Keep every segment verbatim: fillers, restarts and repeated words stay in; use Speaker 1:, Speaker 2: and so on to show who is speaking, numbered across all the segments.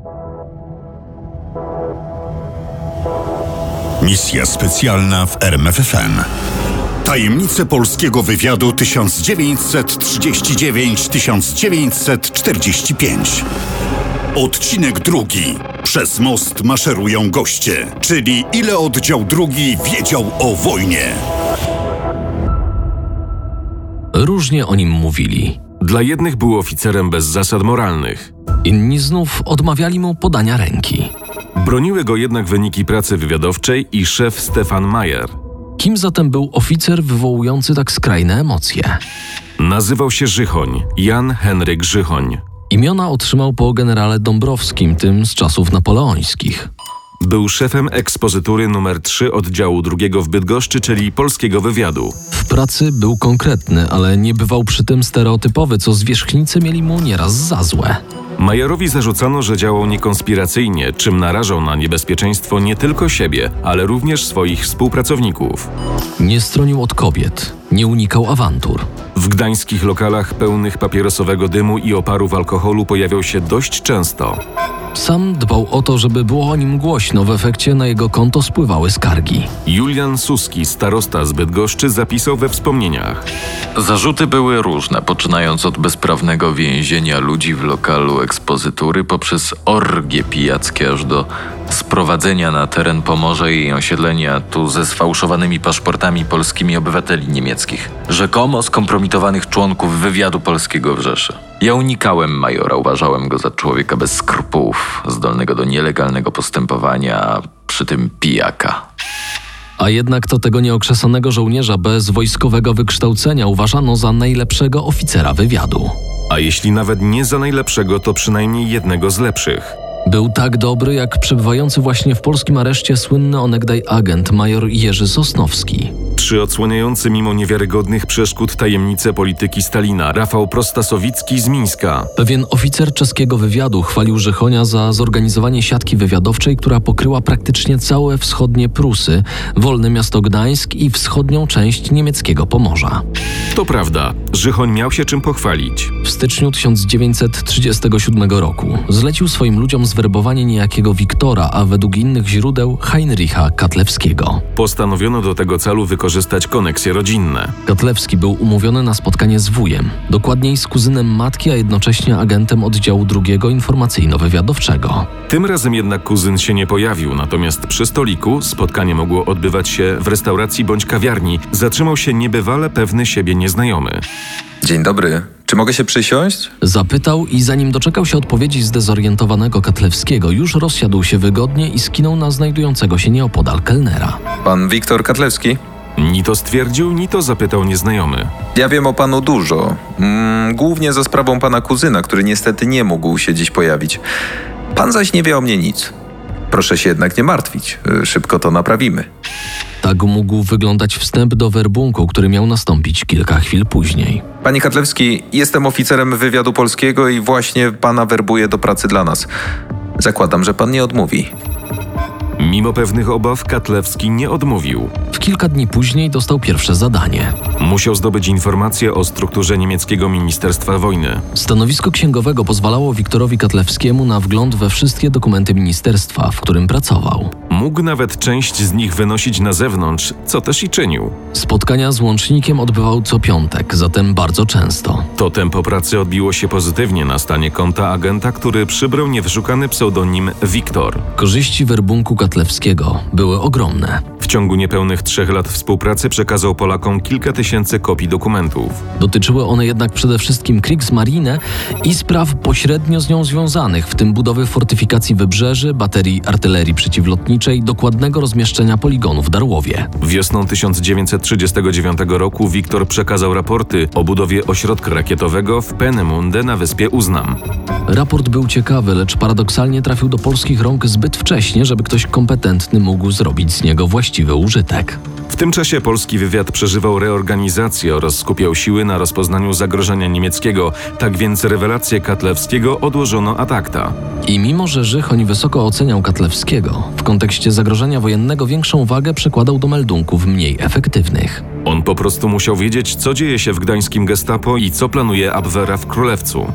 Speaker 1: Misja specjalna w R M F F M. Tajemnice polskiego wywiadu tysiąc dziewięćset trzydzieści dziewięć do tysiąc dziewięćset czterdzieści pięć. Odcinek drugi. Przez most maszerują goście, czyli ile oddział drugi wiedział o wojnie.
Speaker 2: Różnie o nim mówili.
Speaker 3: Dla jednych był oficerem bez zasad moralnych.
Speaker 2: Inni znów odmawiali mu podania ręki.
Speaker 3: Broniły go jednak wyniki pracy wywiadowczej i szef Stefan Mayer.
Speaker 2: Kim zatem był oficer wywołujący tak skrajne emocje?
Speaker 3: Nazywał się Żychoń, Jan Henryk Żychoń.
Speaker 2: Imiona otrzymał po generale Dąbrowskim, tym z czasów napoleońskich.
Speaker 3: Był szefem ekspozytury numer trzy oddziału drugiego w Bydgoszczy, czyli polskiego wywiadu.
Speaker 2: W pracy był konkretny, ale nie bywał przy tym stereotypowy, co zwierzchnicy mieli mu nieraz za złe.
Speaker 3: Majerowi zarzucano, że działał niekonspiracyjnie, czym narażał na niebezpieczeństwo nie tylko siebie, ale również swoich współpracowników.
Speaker 2: Nie stronił od kobiet, nie unikał awantur.
Speaker 3: W gdańskich lokalach pełnych papierosowego dymu i oparów alkoholu pojawiał się dość często.
Speaker 2: Sam dbał o to, żeby było o nim głośno, w efekcie na jego konto spływały skargi.
Speaker 3: Julian Suski, starosta z Bydgoszczy, zapisał we wspomnieniach.
Speaker 4: Zarzuty były różne, poczynając od bezprawnego więzienia ludzi w lokalu ekspozytury, poprzez orgie pijackie, aż do sprowadzenia na teren Pomorza i osiedlenia tu ze sfałszowanymi paszportami polskimi obywateli niemieckich, rzekomo skompromitowanych członków wywiadu polskiego w Rzeszy. Ja unikałem Majora, uważałem go za człowieka bez skrupułów, zdolnego do nielegalnego postępowania, a przy tym pijaka.
Speaker 2: A jednak to tego nieokrzesanego żołnierza bez wojskowego wykształcenia uważano za najlepszego oficera wywiadu.
Speaker 3: A jeśli nawet nie za najlepszego, to przynajmniej jednego z lepszych.
Speaker 2: Był tak dobry, jak przebywający właśnie w polskim areszcie słynny onegdaj agent major Jerzy Sosnowski.
Speaker 3: Czy odsłaniający mimo niewiarygodnych przeszkód tajemnice polityki Stalina Rafał Prostasowicki z Mińska.
Speaker 2: Pewien oficer czeskiego wywiadu chwalił Żychonia za zorganizowanie siatki wywiadowczej, która pokryła praktycznie całe wschodnie Prusy, wolne miasto Gdańsk i wschodnią część niemieckiego Pomorza.
Speaker 3: To prawda, Żychoń miał się czym pochwalić.
Speaker 2: W styczniu tysiąc dziewięćset trzydziestego siódmego roku zlecił swoim ludziom zwerbowanie niejakiego Wiktora, a według innych źródeł Heinricha Katlewskiego.
Speaker 3: Postanowiono do tego celu wykorzystać koneksje rodzinne.
Speaker 2: Katlewski był umówiony na spotkanie z wujem, dokładniej z kuzynem matki, a jednocześnie agentem oddziału drugiego informacyjno-wywiadowczego.
Speaker 3: Tym razem jednak kuzyn się nie pojawił, natomiast przy stoliku spotkanie mogło odbywać się w restauracji bądź kawiarni. Zatrzymał się niebywale pewny siebie nieznajomy.
Speaker 5: Dzień dobry. Czy mogę się przysiąść?
Speaker 2: Zapytał i zanim doczekał się odpowiedzi zdezorientowanego Katlewskiego, już rozsiadł się wygodnie i skinął na znajdującego się nieopodal kelnera.
Speaker 5: Pan Wiktor Katlewski?
Speaker 3: Ni to stwierdził, ni to zapytał nieznajomy.
Speaker 5: Ja wiem o panu dużo. Mm, głównie za sprawą pana kuzyna, który niestety nie mógł się dziś pojawić. Pan zaś nie wie o mnie nic. Proszę się jednak nie martwić. Szybko to naprawimy.
Speaker 2: Tak mógł wyglądać wstęp do werbunku, który miał nastąpić kilka chwil później.
Speaker 5: Panie Katlewski, jestem oficerem wywiadu polskiego i właśnie pana werbuję do pracy dla nas. Zakładam, że pan nie odmówi.
Speaker 3: Mimo pewnych obaw Katlewski nie odmówił.
Speaker 2: W kilka dni później dostał pierwsze zadanie.
Speaker 3: Musiał zdobyć informacje o strukturze niemieckiego Ministerstwa Wojny.
Speaker 2: Stanowisko księgowego pozwalało Wiktorowi Katlewskiemu na wgląd we wszystkie dokumenty ministerstwa, w którym pracował.
Speaker 3: Mógł nawet część z nich wynosić na zewnątrz, co też i czynił.
Speaker 2: Spotkania z łącznikiem odbywał co piątek, zatem bardzo często.
Speaker 3: To tempo pracy odbiło się pozytywnie na stanie konta agenta, który przybrał niewyszukany pseudonim Wiktor.
Speaker 2: Korzyści werbunku Katlewskiego były ogromne.
Speaker 3: W ciągu niepełnych trzech lat współpracy przekazał Polakom kilka tysięcy kopii dokumentów.
Speaker 2: Dotyczyły one jednak przede wszystkim Kriegsmarine i spraw pośrednio z nią związanych, w tym budowy fortyfikacji wybrzeży, baterii artylerii przeciwlotniczej, dokładnego rozmieszczenia poligonów w Darłowie.
Speaker 3: Wiosną tysiąc dziewięćset trzydziestego dziewiątego roku Wiktor przekazał raporty o budowie ośrodka rakietowego w Peenemünde na wyspie Uznam.
Speaker 2: Raport był ciekawy, lecz paradoksalnie trafił do polskich rąk zbyt wcześnie, żeby ktoś kompetentny mógł zrobić z niego właściwy użytek.
Speaker 3: W tym czasie polski wywiad przeżywał reorganizację oraz skupiał siły na rozpoznaniu zagrożenia niemieckiego, tak więc rewelacje Katlewskiego odłożono ad acta.
Speaker 2: I mimo, że Żychoń wysoko oceniał Katlewskiego, w kontekście zagrożenia wojennego większą wagę przekładał do meldunków mniej efektywnych.
Speaker 3: On po prostu musiał wiedzieć, co dzieje się w gdańskim gestapo i co planuje Abwehra w Królewcu.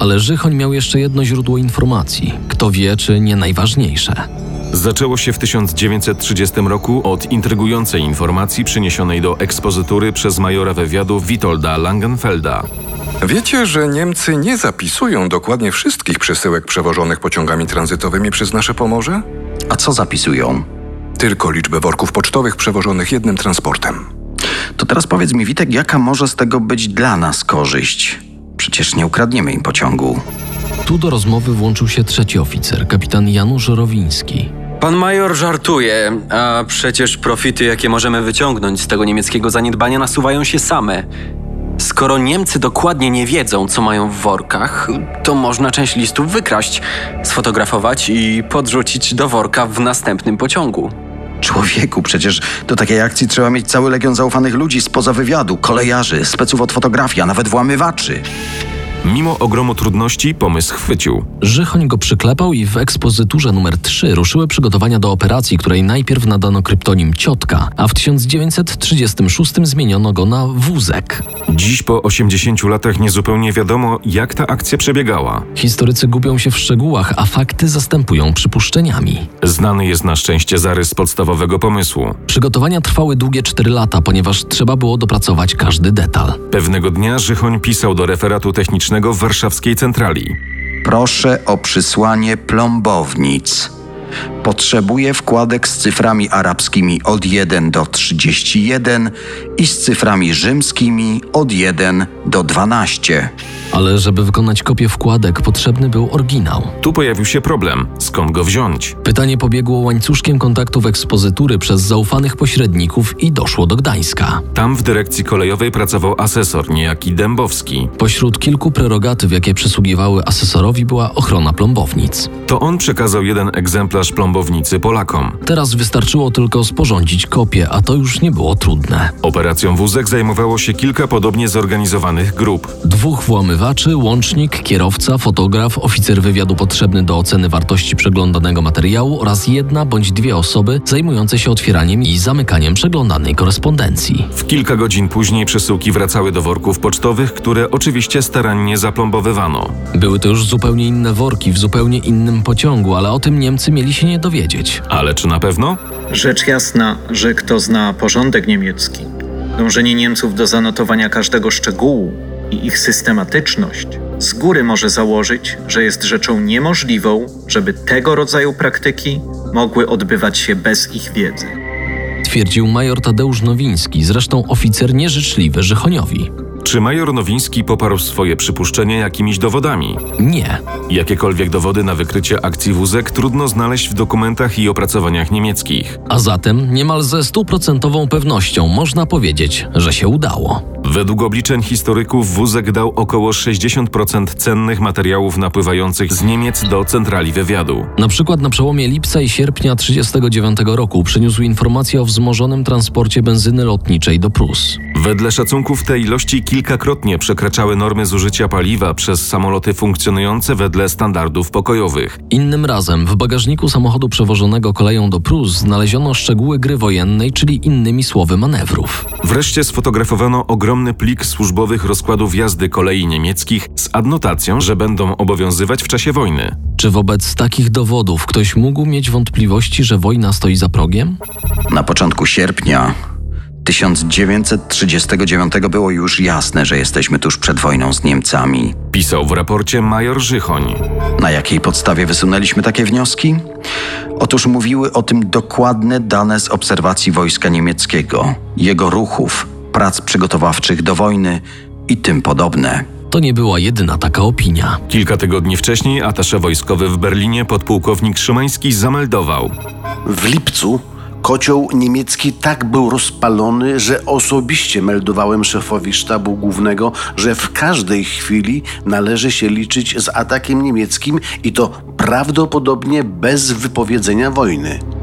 Speaker 2: Ale Żychoń miał jeszcze jedno źródło informacji. Kto wie, czy nie najważniejsze.
Speaker 3: Zaczęło się w tysiąc dziewięćset trzydziestym roku od intrygującej informacji przyniesionej do ekspozytury przez majora wywiadu Witolda Langenfelda.
Speaker 6: Wiecie, że Niemcy nie zapisują dokładnie wszystkich przesyłek przewożonych pociągami tranzytowymi przez nasze Pomorze?
Speaker 7: A co zapisują?
Speaker 6: Tylko liczbę worków pocztowych przewożonych jednym transportem.
Speaker 7: To teraz powiedz mi, Witek, jaka może z tego być dla nas korzyść? Przecież nie ukradniemy im pociągu.
Speaker 2: Tu do rozmowy włączył się trzeci oficer, kapitan Janusz Rowiński.
Speaker 8: Pan major żartuje, a przecież profity, jakie możemy wyciągnąć z tego niemieckiego zaniedbania, nasuwają się same. Skoro Niemcy dokładnie nie wiedzą, co mają w workach, to można część listów wykraść, sfotografować i podrzucić do worka w następnym pociągu.
Speaker 7: Człowieku, przecież do takiej akcji trzeba mieć cały legion zaufanych ludzi spoza wywiadu, kolejarzy, speców od fotografii, a nawet włamywaczy.
Speaker 3: Mimo ogromu trudności pomysł chwycił.
Speaker 2: Żychoń go przyklepał i w ekspozyturze numer trzy ruszyły przygotowania do operacji, której najpierw nadano kryptonim Ciotka, a w tysiąc dziewięćset trzydziestym szóstym zmieniono go na Wózek.
Speaker 3: Dziś po osiemdziesięciu latach niezupełnie wiadomo, jak ta akcja przebiegała.
Speaker 2: Historycy gubią się w szczegółach, a fakty zastępują przypuszczeniami.
Speaker 3: Znany jest na szczęście zarys podstawowego pomysłu.
Speaker 2: Przygotowania trwały długie cztery lata, ponieważ trzeba było dopracować każdy detal.
Speaker 3: Pewnego dnia Żychoń pisał do referatu technicznego w warszawskiej centrali.
Speaker 7: Proszę o przysłanie plombownic. Potrzebuję wkładek z cyframi arabskimi od jeden do trzydziestu jeden i z cyframi rzymskimi od jeden do dwunastu.
Speaker 2: Ale żeby wykonać kopię wkładek, potrzebny był oryginał.
Speaker 3: Tu pojawił się problem. Skąd go wziąć?
Speaker 2: Pytanie pobiegło łańcuszkiem kontaktów ekspozytury przez zaufanych pośredników i doszło do Gdańska.
Speaker 3: Tam w dyrekcji kolejowej pracował asesor, niejaki Dębowski.
Speaker 2: Pośród kilku prerogatyw, jakie przysługiwały asesorowi, była ochrona plombownic.
Speaker 3: To on przekazał jeden egzemplarz plombownicy Polakom.
Speaker 2: Teraz wystarczyło tylko sporządzić kopię, a to już nie było trudne.
Speaker 3: Operacją Wózek zajmowało się kilka podobnie zorganizowanych grup.
Speaker 2: Dwóch włamywaczy, łącznik, kierowca, fotograf, oficer wywiadu potrzebny do oceny wartości przeglądanego materiału oraz jedna bądź dwie osoby zajmujące się otwieraniem i zamykaniem przeglądanej korespondencji.
Speaker 3: W kilka godzin później przesyłki wracały do worków pocztowych, które oczywiście starannie zaplombowywano.
Speaker 2: Były to już zupełnie inne worki w zupełnie innym pociągu, ale o tym Niemcy mieli się nie dowiedzieć.
Speaker 3: Ale czy na pewno?
Speaker 9: Rzecz jasna, że kto zna porządek niemiecki, dążenie Niemców do zanotowania każdego szczegółu i ich systematyczność z góry może założyć, że jest rzeczą niemożliwą, żeby tego rodzaju praktyki mogły odbywać się bez ich wiedzy.
Speaker 2: Twierdził major Tadeusz Nowiński, zresztą oficer nieżyczliwy Żychoniowi.
Speaker 3: Czy major Nowiński poparł swoje przypuszczenie jakimiś dowodami?
Speaker 2: Nie.
Speaker 3: Jakiekolwiek dowody na wykrycie akcji Wózek trudno znaleźć w dokumentach i opracowaniach niemieckich.
Speaker 2: A zatem niemal ze stuprocentową pewnością można powiedzieć, że się udało.
Speaker 3: Według obliczeń historyków Wózek dał około sześćdziesiąt procent cennych materiałów napływających z Niemiec do centrali wywiadu.
Speaker 2: Na przykład na przełomie lipca i sierpnia tysiąc dziewięćset trzydziestego dziewiątego roku przyniósł informację o wzmożonym transporcie benzyny lotniczej do Prus.
Speaker 3: Wedle szacunków te ilości kilkakrotnie przekraczały normy zużycia paliwa przez samoloty funkcjonujące wedle standardów pokojowych.
Speaker 2: Innym razem w bagażniku samochodu przewożonego koleją do Prus znaleziono szczegóły gry wojennej, czyli innymi słowy manewrów.
Speaker 3: Wreszcie sfotografowano ogromny plik służbowych rozkładów jazdy kolei niemieckich z adnotacją, że będą obowiązywać w czasie wojny.
Speaker 2: Czy wobec takich dowodów ktoś mógł mieć wątpliwości, że wojna stoi za progiem?
Speaker 7: Na początku sierpnia tysiąc dziewięćset trzydziestego dziewiątego było już jasne, że jesteśmy tuż przed wojną z Niemcami.
Speaker 3: Pisał w raporcie major Żychoń.
Speaker 7: Na jakiej podstawie wysunęliśmy takie wnioski? Otóż mówiły o tym dokładne dane z obserwacji wojska niemieckiego, jego ruchów, prac przygotowawczych do wojny i tym podobne.
Speaker 2: To nie była jedyna taka opinia.
Speaker 3: Kilka tygodni wcześniej atasze wojskowy w Berlinie podpułkownik Szymański zameldował:
Speaker 10: w lipcu kocioł niemiecki tak był rozpalony, że osobiście meldowałem szefowi sztabu głównego, że w każdej chwili należy się liczyć z atakiem niemieckim i to prawdopodobnie bez wypowiedzenia wojny.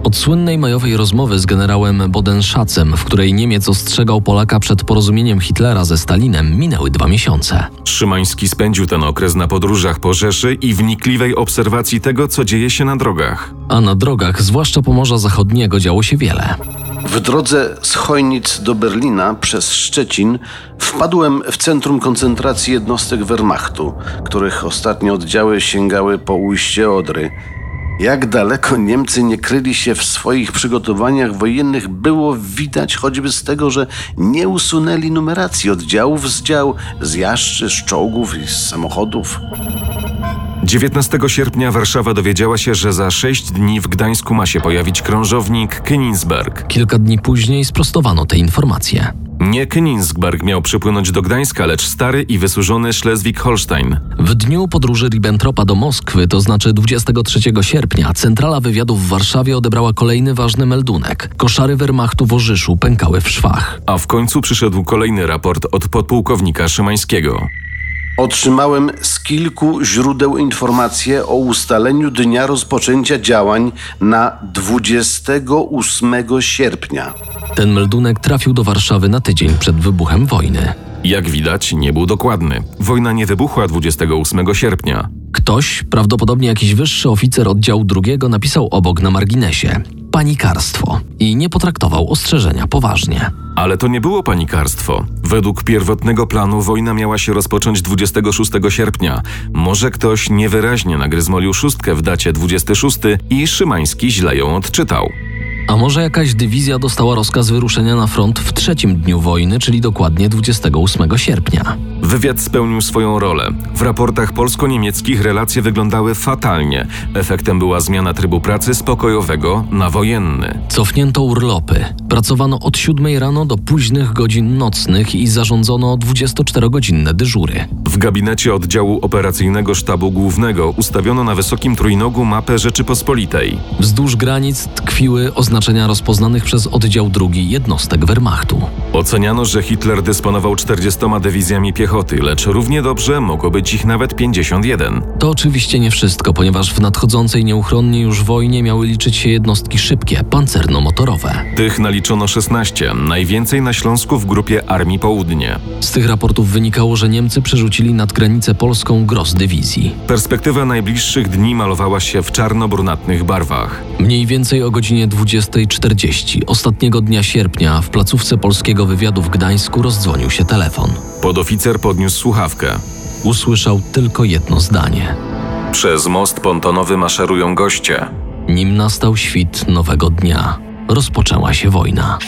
Speaker 2: Od słynnej majowej rozmowy z generałem Bodenschatzem, w której Niemiec ostrzegał Polaka przed porozumieniem Hitlera ze Stalinem, minęły dwa miesiące.
Speaker 3: Szymański spędził ten okres na podróżach po Rzeszy i wnikliwej obserwacji tego, co dzieje się na drogach.
Speaker 2: A na drogach, zwłaszcza Pomorza Zachodniego, działo się wiele.
Speaker 10: W drodze z Chojnic do Berlina przez Szczecin wpadłem w centrum koncentracji jednostek Wehrmachtu, których ostatnie oddziały sięgały po ujście Odry. Jak daleko Niemcy nie kryli się w swoich przygotowaniach wojennych, było widać choćby z tego, że nie usunęli numeracji oddziałów z dział, z jaszczy, z czołgów i z samochodów.
Speaker 3: dziewiętnastego sierpnia Warszawa dowiedziała się, że za sześć dni w Gdańsku ma się pojawić krążownik Königsberg.
Speaker 2: Kilka dni później sprostowano te informacje.
Speaker 3: Nie Königsberg miał przypłynąć do Gdańska, lecz stary i wysłużony Schleswig-Holstein.
Speaker 2: W dniu podróży Ribbentropa do Moskwy, to znaczy dwudziestego trzeciego sierpnia, centrala wywiadu w Warszawie odebrała kolejny ważny meldunek. Koszary Wehrmachtu w Orzyszu pękały w szwach.
Speaker 3: A w końcu przyszedł kolejny raport od podpułkownika Szymańskiego.
Speaker 10: Otrzymałem z kilku źródeł informacje o ustaleniu dnia rozpoczęcia działań na dwudziestego ósmego sierpnia.
Speaker 2: Ten meldunek trafił do Warszawy na tydzień przed wybuchem wojny.
Speaker 3: Jak widać, nie był dokładny. Wojna nie wybuchła dwudziestego ósmego sierpnia.
Speaker 2: Ktoś, prawdopodobnie jakiś wyższy oficer oddziału drugiego, napisał obok na marginesie: panikarstwo, i nie potraktował ostrzeżenia poważnie.
Speaker 3: Ale to nie było panikarstwo. Według pierwotnego planu wojna miała się rozpocząć dwudziestego szóstego sierpnia. Może ktoś niewyraźnie nagryzmolił szóstkę w dacie dwudziestego szóstego i Szymański źle ją odczytał.
Speaker 2: A może jakaś dywizja dostała rozkaz wyruszenia na front w trzecim dniu wojny, czyli dokładnie dwudziestego ósmego sierpnia.
Speaker 3: Wywiad spełnił swoją rolę. W raportach polsko-niemieckich relacje wyglądały fatalnie. Efektem była zmiana trybu pracy z pokojowego na wojenny.
Speaker 2: Cofnięto urlopy. Pracowano od siódmej rano do późnych godzin nocnych i zarządzono dwudziestoczterogodzinne dyżury.
Speaker 3: W gabinecie oddziału operacyjnego Sztabu Głównego ustawiono na wysokim trójnogu mapę Rzeczypospolitej.
Speaker 2: Wzdłuż granic tkwiły oznaczenia rozpoznanych przez oddział drugi jednostek Wehrmachtu.
Speaker 3: Oceniano, że Hitler dysponował czterdziestoma dywizjami piechoty, lecz równie dobrze mogło być ich nawet pięćdziesiąt jeden.
Speaker 2: To oczywiście nie wszystko, ponieważ w nadchodzącej nieuchronnie już wojnie miały liczyć się jednostki szybkie, pancerno-motorowe.
Speaker 3: Tych naliczono szesnaście, najwięcej na Śląsku w grupie Armii Południe.
Speaker 2: Z tych raportów wynikało, że Niemcy przerzucili nad granicę polską gros dywizji.
Speaker 3: Perspektywa najbliższych dni malowała się w czarno-brunatnych barwach.
Speaker 2: Mniej więcej o godzinie dwudziestej czterdzieści ostatniego dnia sierpnia w placówce polskiego wywiadu w Gdańsku rozdzwonił się telefon.
Speaker 3: Podoficer podniósł słuchawkę.
Speaker 2: Usłyszał tylko jedno zdanie.
Speaker 3: Przez most pontonowy maszerują goście.
Speaker 2: Nim nastał świt nowego dnia, rozpoczęła się wojna.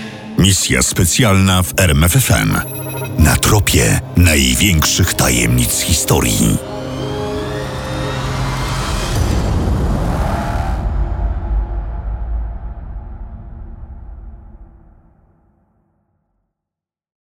Speaker 1: Misja specjalna w R M F F M. Na tropie największych tajemnic historii.